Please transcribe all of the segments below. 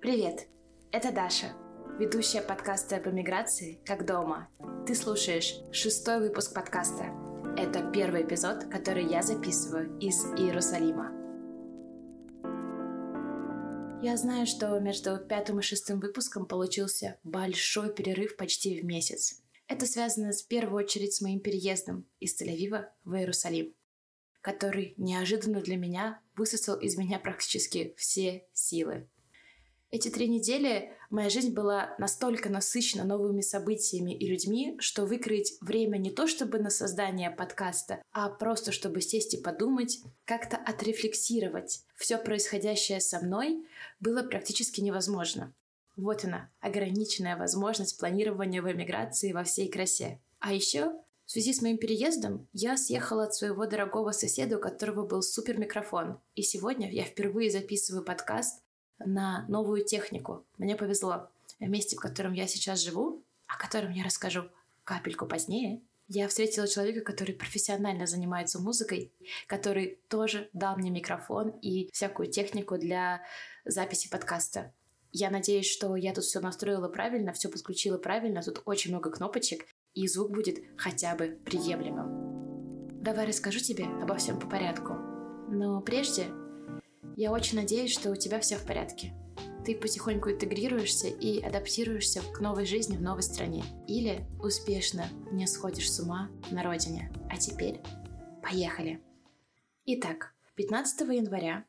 Привет, это Даша, ведущая подкаста об эмиграции «Как дома». Ты слушаешь 6-й выпуск подкаста. Это первый эпизод, который я записываю из Иерусалима. Я знаю, что между 5-м и 6-м выпуском получился большой перерыв почти в месяц. Это связано в первую очередь с моим переездом из Тель-Авива в Иерусалим, который неожиданно для меня высосал из меня практически все силы. Эти 3 недели моя жизнь была настолько насыщена новыми событиями и людьми, что выкроить время не то чтобы на создание подкаста, а просто чтобы сесть и подумать, как-то отрефлексировать все происходящее со мной было практически невозможно. Вот она, ограниченная возможность планирования в эмиграции во всей красе. А еще в связи с моим переездом я съехала от своего дорогого соседа, у которого был супер микрофон. И сегодня я впервые записываю подкаст на новую технику. Мне повезло. В месте, в котором я сейчас живу, о котором я расскажу капельку позднее, я встретила человека, который профессионально занимается музыкой, который тоже дал мне микрофон и всякую технику для записи подкаста. Я надеюсь, что я тут все настроила правильно, все подключила правильно. Тут очень много кнопочек, и звук будет хотя бы приемлемым. Давай расскажу тебе обо всем по порядку. Но прежде я очень надеюсь, что у тебя все в порядке. Ты потихоньку интегрируешься и адаптируешься к новой жизни в новой стране. Или успешно не сходишь с ума на родине. А теперь поехали. Итак, 15 января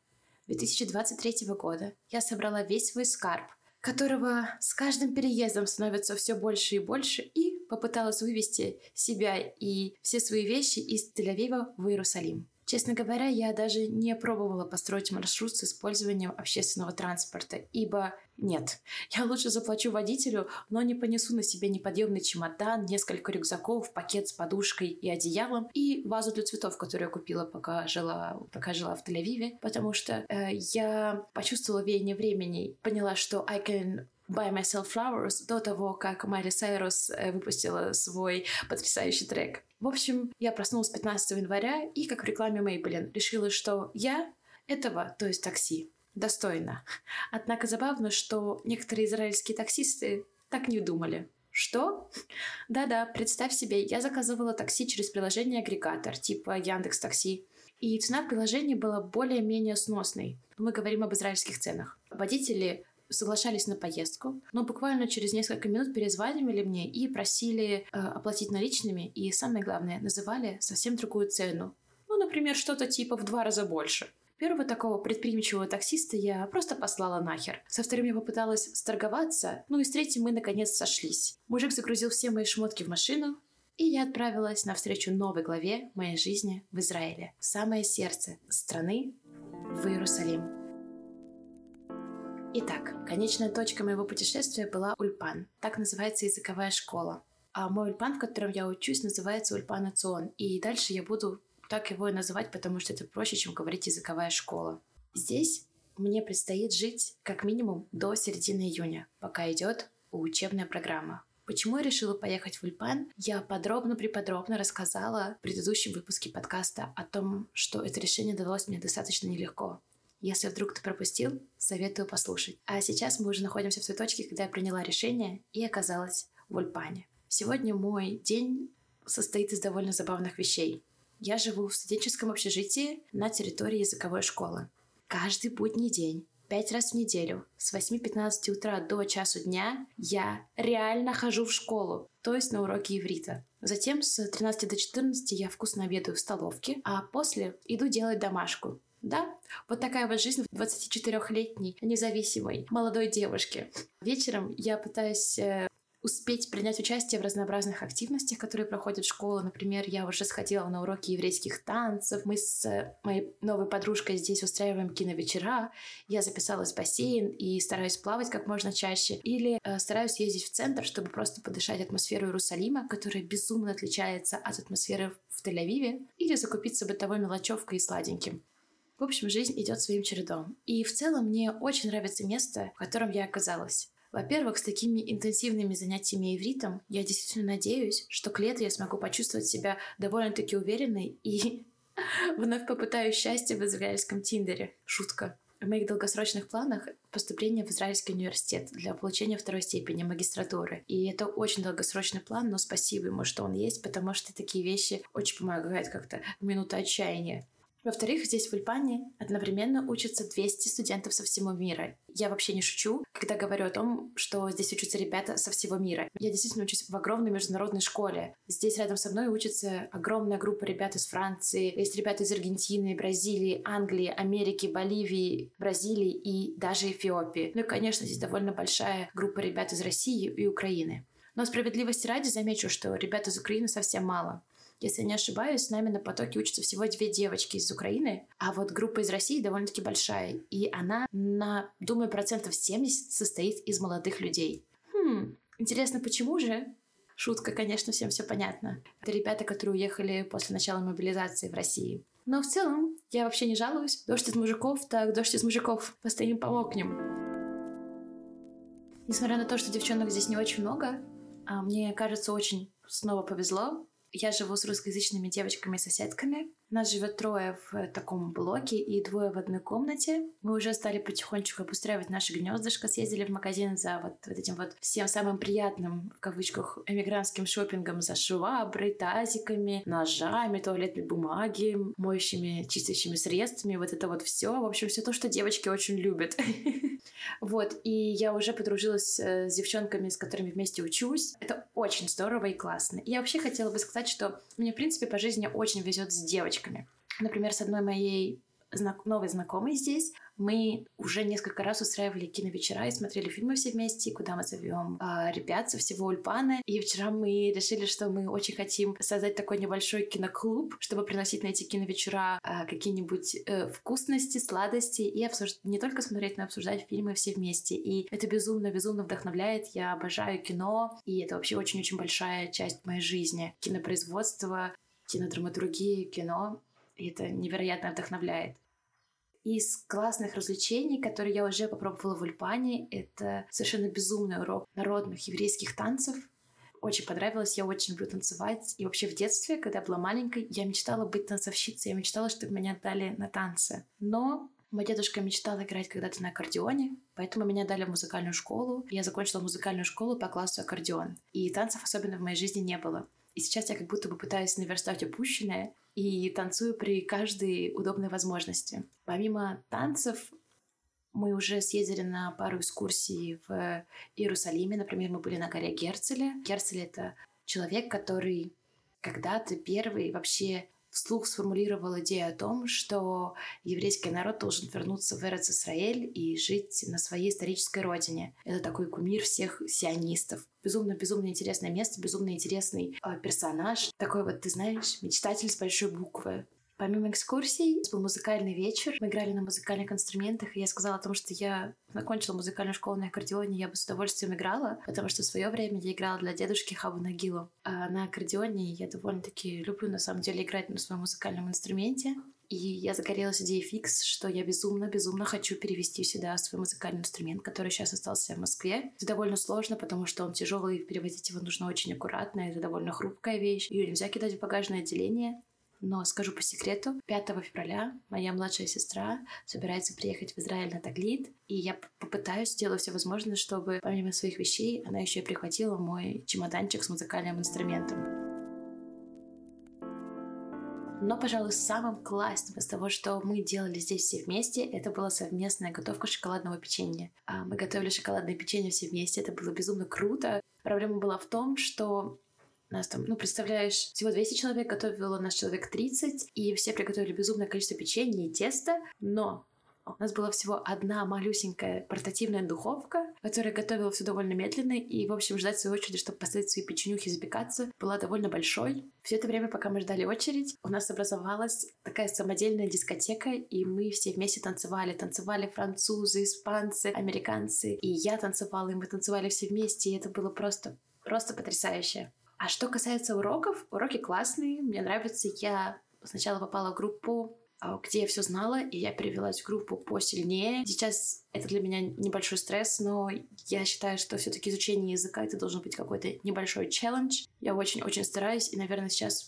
2023 года я собрала весь свой скарб, которого с каждым переездом становится все больше и больше, и попыталась вывести себя и все свои вещи из Тель-Авива в Иерусалим. Честно говоря, я даже не пробовала построить маршрут с использованием общественного транспорта, ибо нет, я лучше заплачу водителю, но не понесу на себе неподъемный чемодан, несколько рюкзаков, пакет с подушкой и одеялом и вазу для цветов, которую я купила, пока жила в Тель-Авиве, потому что я почувствовала веяние времени, поняла, что I can buy myself flowers до того, как Майли Сайрус выпустила свой потрясающий трек. В общем, я проснулась 15 января и, как в рекламе Maybelline, решила, что я этого, то есть такси, достойна. Однако забавно, что некоторые израильские таксисты так не думали. Что? Да-да, представь себе, я заказывала такси через приложение-агрегатор, типа Яндекс.Такси. И цена в приложении была более-менее сносной. Мы говорим об израильских ценах. Водители соглашались на поездку, но буквально через несколько минут перезванивали мне и просили оплатить наличными, и самое главное, называли совсем другую цену. Ну, например, что-то типа в 2 раза больше. Первого такого предприимчивого таксиста я просто послала нахер. Со вторым я попыталась сторговаться, ну и с третьим мы наконец сошлись. Мужик загрузил все мои шмотки в машину, и я отправилась навстречу новой главе моей жизни в Израиле, в самое сердце страны, в Иерусалим. Итак, конечная точка моего путешествия была Ульпан. Так называется языковая школа. А мой Ульпан, в котором я учусь, называется Ульпан Ацион. И дальше я буду так его и называть, потому что это проще, чем говорить языковая школа. Здесь мне предстоит жить как минимум до середины июня, пока идет учебная программа. Почему я решила поехать в Ульпан? Я подробно-преподробно рассказала в предыдущем выпуске подкаста о том, что это решение далось мне достаточно нелегко. Если вдруг ты пропустил, советую послушать. А сейчас мы уже находимся в той точке, когда я приняла решение и оказалась в Ульпане. Сегодня мой день состоит из довольно забавных вещей. Я живу в студенческом общежитии на территории языковой школы. Каждый будний день, 5 раз в неделю, с 8:15 утра до часу дня я реально хожу в школу, то есть на уроки иврита. Затем с 13 до 14 я вкусно обедаю в столовке, а после иду делать домашку. Да, вот такая вот жизнь 24-летней независимой молодой девушки. Вечером я пытаюсь успеть принять участие в разнообразных активностях, которые проходят в школе. Например, я уже сходила на уроки еврейских танцев. Мы с моей новой подружкой здесь устраиваем киновечера. Я записалась в бассейн и стараюсь плавать как можно чаще. Или стараюсь ездить в центр, чтобы просто подышать атмосферу Иерусалима, которая безумно отличается от атмосферы в Тель-Авиве. Или закупиться бытовой мелочевкой и сладеньким. В общем, жизнь идет своим чередом. И в целом мне очень нравится место, в котором я оказалась. Во-первых, с такими интенсивными занятиями ивритом я действительно надеюсь, что к лету я смогу почувствовать себя довольно-таки уверенной и вновь попытаю счастье в израильском Тиндере. Шутка. В моих долгосрочных планах поступление в Израильский университет для получения второй степени магистратуры. И это очень долгосрочный план, но спасибо ему, что он есть, потому что такие вещи очень помогают как-то в минуты отчаяния. Во-вторых, здесь в Ульпане одновременно учатся 200 студентов со всего мира. Я вообще не шучу, когда говорю о том, что здесь учатся ребята со всего мира. Я действительно учусь в огромной международной школе. Здесь рядом со мной учится огромная группа ребят из Франции, есть ребята из Аргентины, Бразилии, Англии, Америки, Боливии, Бразилии и даже Эфиопии. Ну и, конечно, здесь довольно большая группа ребят из России и Украины. Но справедливости ради замечу, что ребят из Украины совсем мало. Если не ошибаюсь, с нами на потоке учатся всего 2 девочки из Украины, а вот группа из России довольно-таки большая, и она думаю, 70% состоит из молодых людей. Интересно, почему же? Шутка, конечно, всем все понятно. Это ребята, которые уехали после начала мобилизации в России. Но в целом, я вообще не жалуюсь. Дождь из мужиков, так дождь из мужиков. Постоим, помокнем. Несмотря на то, что девчонок здесь не очень много, мне кажется, очень снова повезло. Я живу с русскоязычными девочками-соседками. Нас живет 3 в таком блоке и 2 в одной комнате. Мы уже стали потихонечку обустраивать наши гнездышко. Съездили в магазин за вот этим вот всем самым приятным, в кавычках, эмигрантским шопингом за шваброй, тазиками, ножами, туалетной бумаги, моющими, чистящими средствами. Вот это вот все. В общем, все то, что девочки очень любят. Вот, и я уже подружилась с девчонками, с которыми вместе учусь. Это очень здорово и классно. И я вообще хотела бы сказать, что мне, в принципе, по жизни очень везет с девочками. Например, с одной моей новой знакомой здесь мы уже несколько раз устраивали киновечера и смотрели фильмы все вместе, куда мы зовем ребят со всего Ульпана. И вчера мы решили, что мы очень хотим создать такой небольшой киноклуб, чтобы приносить на эти киновечера какие-нибудь вкусности, сладости и не только смотреть, но и обсуждать фильмы все вместе. И это безумно-безумно вдохновляет. Я обожаю кино, и это вообще очень-очень большая часть моей жизни. Кинопроизводство, кинодраматургия, кино. И это невероятно вдохновляет. Из классных развлечений, которые я уже попробовала в Ульпане, это совершенно безумный урок народных еврейских танцев. Очень понравилось, я очень люблю танцевать. И вообще в детстве, когда я была маленькой, я мечтала быть танцовщицей, я мечтала, чтобы меня дали на танцы. Но мой дедушка мечтал играть когда-то на аккордеоне, поэтому меня дали в музыкальную школу. Я закончила музыкальную школу по классу аккордеон. И танцев особенно в моей жизни не было. И сейчас я как будто бы пытаюсь наверстать упущенное и танцую при каждой удобной возможности. Помимо танцев, мы уже съездили на пару экскурсий в Иерусалиме. Например, мы были на горе Герцеля. Герцель — это человек, который когда-то первый вообще вслух сформулировал идею о том, что еврейский народ должен вернуться в Эрец-Исраэль и жить на своей исторической родине. Это такой кумир всех сионистов. Безумно-безумно интересное место, безумно интересный персонаж. Такой вот, ты знаешь, мечтатель с большой буквы. Помимо экскурсий, был музыкальный вечер. Мы играли на музыкальных инструментах, и я сказала о том, что я окончила музыкальную школу на аккордеоне, я бы с удовольствием играла, потому что в свое время я играла для дедушки Хабу Нагилу. А на аккордеоне я довольно-таки люблю, на самом деле, играть на своем музыкальном инструменте. И я загорелась идеей фикс, что я безумно хочу перевести сюда свой музыкальный инструмент, который сейчас остался в Москве. Это довольно сложно, потому что он тяжелый, и перевозить его нужно очень аккуратно. Это довольно хрупкая вещь. Ее нельзя кидать в багажное отделение. Но скажу по секрету, 5 февраля моя младшая сестра собирается приехать в Израиль на Таглит, и я попытаюсь, сделаю все возможное, чтобы помимо своих вещей она еще и прихватила мой чемоданчик с музыкальным инструментом. Но, пожалуй, самым классным из того, что мы делали здесь все вместе, это была совместная готовка шоколадного печенья. Мы готовили шоколадное печенье все вместе, это было безумно круто. Проблема была в том, что нас там, представляешь, всего 200 человек готовило, нас человек 30, и все приготовили безумное количество печенья и теста, но у нас была всего одна малюсенькая портативная духовка, которая готовила все довольно медленно, и, в общем, ждать свою очередь, чтобы поставить свои печенюхи и запекаться, была довольно большой. Все это время, пока мы ждали очередь, у нас образовалась такая самодельная дискотека, и мы все вместе танцевали. Танцевали французы, испанцы, американцы, и я танцевала, и мы танцевали все вместе, и это было просто потрясающе. А что касается уроков, уроки классные, мне нравится. Я сначала попала в группу, где я все знала, и я перевелась в группу посильнее. Сейчас это для меня небольшой стресс, но я считаю, что все-таки изучение языка — это должен быть какой-то небольшой челлендж. Я очень-очень стараюсь, и, наверное, сейчас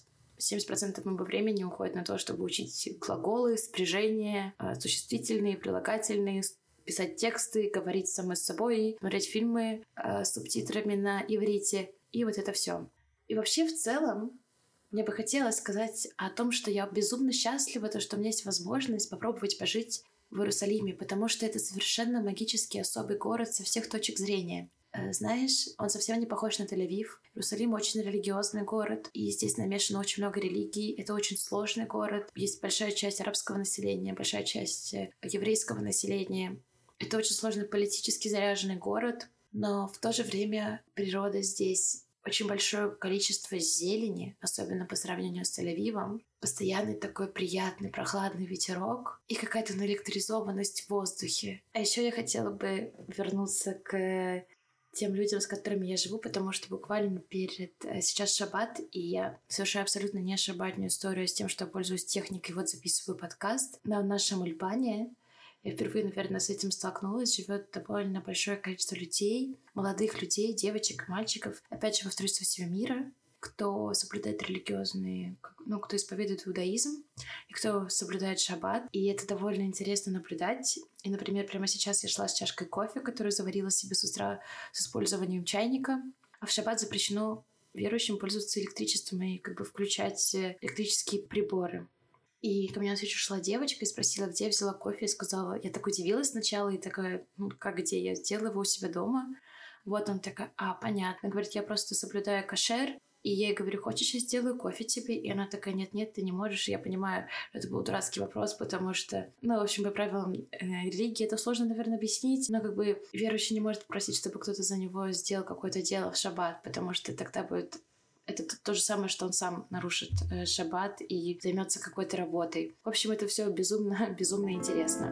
70% моего времени уходит на то, чтобы учить глаголы, спряжения, существительные, прилагательные, писать тексты, говорить самой с собой, смотреть фильмы с субтитрами на иврите и вот это все. И вообще в целом мне бы хотелось сказать о том, что я безумно счастлива, то, что у меня есть возможность попробовать пожить в Иерусалиме, потому что это совершенно магический особый город со всех точек зрения. Знаешь, он совсем не похож на Тель-Авив. Иерусалим очень религиозный город, и здесь намешано очень много религий. Это очень сложный город. Есть большая часть арабского населения, большая часть еврейского населения. Это очень сложный политически заряженный город, но в то же время природа здесь очень большое количество зелени, особенно по сравнению с Тель-Авивом. Постоянный такой приятный прохладный ветерок и какая-то наэлектризованность в воздухе. А еще я хотела бы вернуться к тем людям, с которыми я живу, потому что буквально сейчас шаббат, и я совершаю абсолютно не шаббатную историю с тем, что я пользуюсь техникой, вот записываю подкаст. На нашем Ульпане я впервые, наверное, с этим столкнулась. Живет довольно большое количество людей, молодых людей, девочек, мальчиков. Опять же, повторюсь, со всего мира, кто соблюдает религиозные, кто исповедует иудаизм и кто соблюдает шаббат. И это довольно интересно наблюдать. И, например, прямо сейчас я шла с чашкой кофе, которую заварила себе с утра с использованием чайника. А в шаббат запрещено верующим пользоваться электричеством и включать электрические приборы. И ко мне на встречу шла девочка и спросила, где я взяла кофе. Я сказала, я так удивилась сначала и такая, как где? Я сделала его у себя дома. Вот он такая, понятно. Она говорит, я просто соблюдаю кошер. И я ей говорю, хочешь, я сделаю кофе тебе? И она такая, нет, ты не можешь. И я понимаю, это был дурацкий вопрос, потому что, в общем, по правилам религии это сложно, наверное, объяснить. Но верующий не может попросить, чтобы кто-то за него сделал какое-то дело в шаббат, потому что тогда будет... Это то же самое, что он сам нарушит шаббат и займется какой-то работой. В общем, это все безумно, безумно интересно.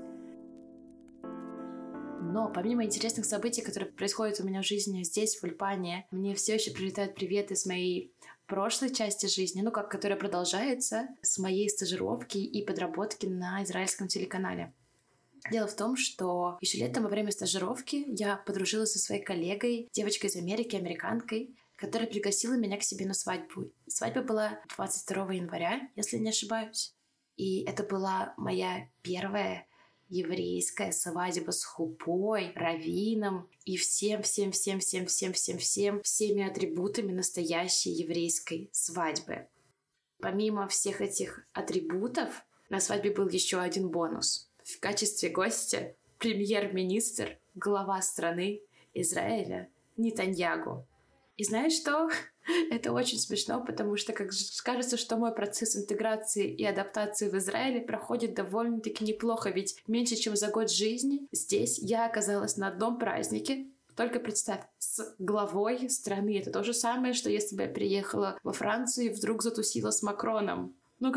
Но помимо интересных событий, которые происходят у меня в жизни здесь, в Ульпане, мне все еще прилетают приветы с моей прошлой части жизни, которая продолжается с моей стажировки и подработки на израильском телеканале. Дело в том, что еще летом во время стажировки я подружилась со своей коллегой, девочкой из Америки, американкой, которая пригласила меня к себе на свадьбу. Свадьба была 22 января, если не ошибаюсь. И это была моя первая еврейская свадьба с хупой, раввином и всеми атрибутами настоящей еврейской свадьбы. Помимо всех этих атрибутов, на свадьбе был еще один бонус. В качестве гостя премьер-министр, глава страны Израиля Нетаньягу. И знаешь что? Это очень смешно, потому что кажется, что мой процесс интеграции и адаптации в Израиле проходит довольно-таки неплохо, ведь меньше чем за год жизни здесь я оказалась на одном празднике. Только представь, с главой страны. Это то же самое, что если бы я приехала во Францию и вдруг затусила с Макроном.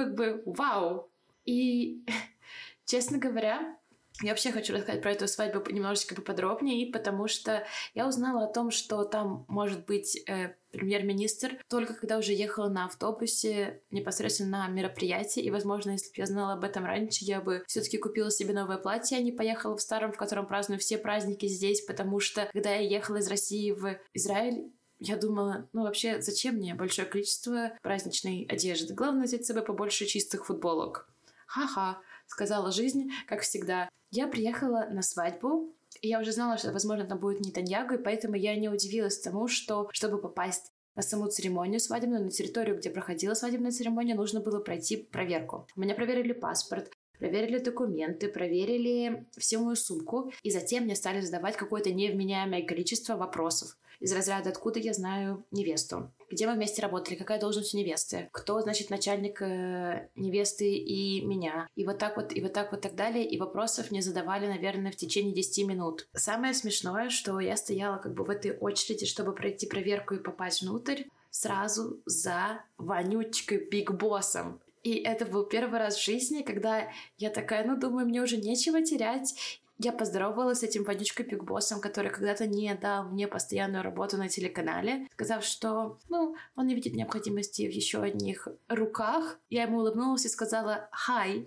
Вау! И, честно говоря, я вообще хочу рассказать про эту свадьбу немножечко поподробнее, потому что я узнала о том, что там может быть премьер-министр, только когда уже ехала на автобусе непосредственно на мероприятие. И, возможно, если бы я знала об этом раньше, я бы все-таки купила себе новое платье, а не поехала в старом, в котором праздную все праздники здесь, потому что, когда я ехала из России в Израиль, я думала, вообще, зачем мне большое количество праздничной одежды? Главное взять с собой побольше чистых футболок. Ха-ха, сказала жизнь, как всегда. Я приехала на свадьбу, и я уже знала, что, возможно, там будет Нетаньягу, и поэтому я не удивилась тому, что, чтобы попасть на саму церемонию свадебную, на территорию, где проходила свадебная церемония, нужно было пройти проверку. У меня проверили паспорт, проверили документы, проверили всю мою сумку, и затем мне стали задавать какое-то невменяемое количество вопросов. Из разряда, откуда я знаю невесту, где мы вместе работали, какая должность у невесты, кто, начальник невесты и меня. И вот так вот, так далее. И вопросов мне задавали, наверное, в течение 10 минут. Самое смешное, что я стояла в этой очереди, чтобы пройти проверку и попасть внутрь, сразу за вонючкой Биг Боссом. И это был первый раз в жизни, когда я такая, думаю, мне уже нечего терять. Я поздоровалась с этим вонючкой Биг Боссом, который когда-то не дал мне постоянную работу на телеканале, сказав, что, он не видит необходимости в еще одних руках. Я ему улыбнулась и сказала «Hi».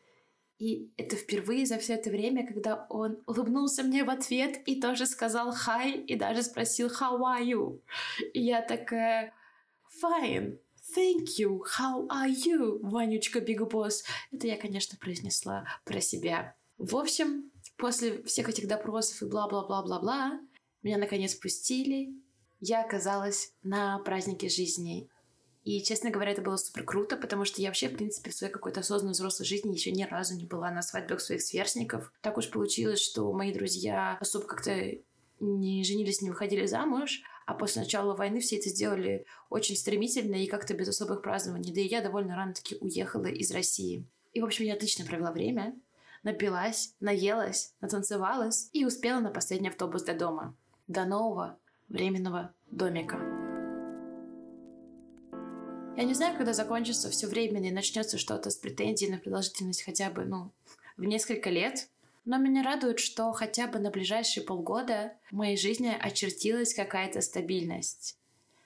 И это впервые за все это время, когда он улыбнулся мне в ответ и тоже сказал «Hi» и даже спросил «How are you?» И я такая «Fine». Thank you, how are you, Ванючка Биг Босс? Это я, конечно, произнесла про себя. В общем, после всех этих допросов и бла-бла-бла-бла-бла, меня наконец пустили. Я оказалась на празднике жизни. И, честно говоря, это было супер круто, потому что я вообще, в принципе, в своей какой-то осознанной взрослой жизни еще ни разу не была на свадьбах своих сверстников. Так уж получилось, что мои друзья особо как-то не женились, не выходили замуж, а после начала войны все это сделали очень стремительно и как-то без особых празднований. Да и я довольно рано-таки уехала из России. И, в общем, я отлично провела время, напилась, наелась, натанцевалась и успела на последний автобус до дома. До нового временного домика. Я не знаю, когда закончится все временно и начнется что-то с претензией на продолжительность хотя бы, в несколько лет. Но меня радует, что хотя бы на ближайшие полгода в моей жизни очертилась какая-то стабильность.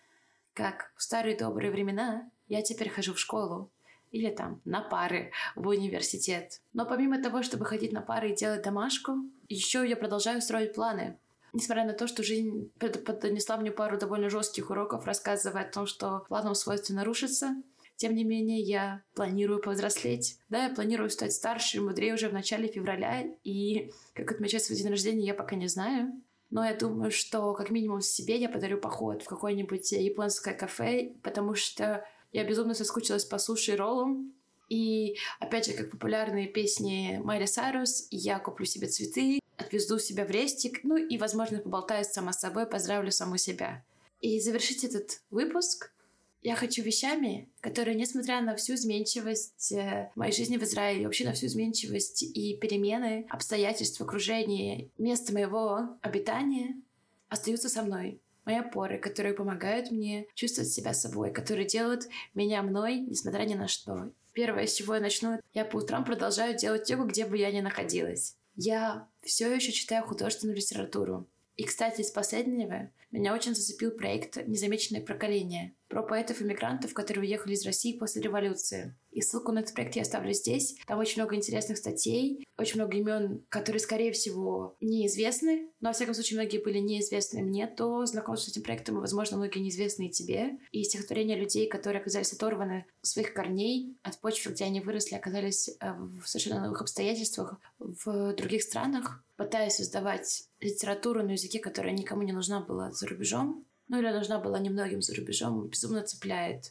Как в старые добрые времена я теперь хожу в школу или на пары в университет. Но помимо того, чтобы ходить на пары и делать домашку, еще я продолжаю строить планы. Несмотря на то, что жизнь поднесла мне пару довольно жестких уроков, рассказывая о том, что планам свойственно рушиться, тем не менее, я планирую повзрослеть. Да, я планирую стать старше и мудрее уже в начале февраля, и как отмечать свой день рождения, я пока не знаю. Но я думаю, что как минимум себе я подарю поход в какое-нибудь японское кафе, потому что я безумно соскучилась по суши и роллам. И, опять же, как популярные песни Майли Сайрус, я куплю себе цветы, отвезу себя в рестик, и, возможно, поболтаю сама с собой, поздравлю саму себя. И завершить этот выпуск я хочу вещами, которые, несмотря на всю изменчивость моей жизни в Израиле, вообще на всю изменчивость и перемены, обстоятельств, окружения, места моего обитания, остаются со мной. Мои опоры, которые помогают мне чувствовать себя собой, которые делают меня мной, несмотря ни на что. Первое, с чего я начну, я по утрам продолжаю делать йогу, где бы я ни находилась. Я все еще читаю художественную литературу. И, кстати, из последнего меня очень зацепил проект «Незамеченное поколение» про поэтов-иммигрантов, которые уехали из России после революции. И ссылку на этот проект я оставлю здесь. Там очень много интересных статей, очень много имен, которые, скорее всего, неизвестны, но, во всяком случае, многие были неизвестны мне, то знакомство с этим проектом, и, возможно, многие неизвестны и тебе. И стихотворения людей, которые оказались оторваны от своих корней, от почвы, где они выросли, оказались в совершенно новых обстоятельствах в других странах, пытаясь создавать литературу на языке, которая никому не нужна была за рубежом, или нужна была немногим за рубежом, безумно цепляет.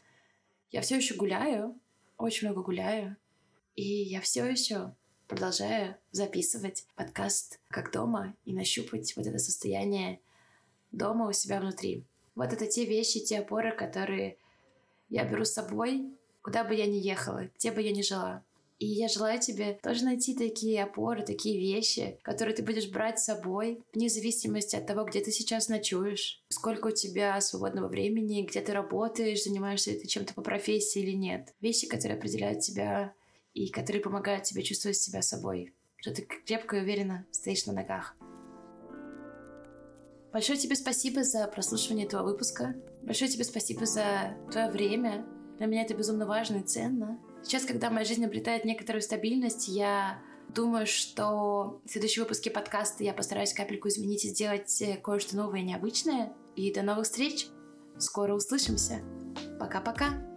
Я все еще гуляю, очень много гуляю, и я все еще продолжаю записывать подкаст «Как дома» и нащупать вот это состояние дома у себя внутри. Вот это те вещи, те опоры, которые я беру с собой, куда бы я ни ехала, где бы я ни жила. И я желаю тебе тоже найти такие опоры, такие вещи, которые ты будешь брать с собой, вне зависимости от того, где ты сейчас ночуешь, сколько у тебя свободного времени, где ты работаешь, занимаешься ли ты чем-то по профессии или нет. Вещи, которые определяют тебя и которые помогают тебе чувствовать себя собой, что ты крепко и уверенно стоишь на ногах. Большое тебе спасибо за прослушивание этого выпуска. Большое тебе спасибо за твое время. Для меня это безумно важно и ценно. Сейчас, когда моя жизнь обретает некоторую стабильность, я думаю, что в следующем выпуске подкаста я постараюсь капельку изменить и сделать кое-что новое и необычное. И до новых встреч! Скоро услышимся! Пока-пока!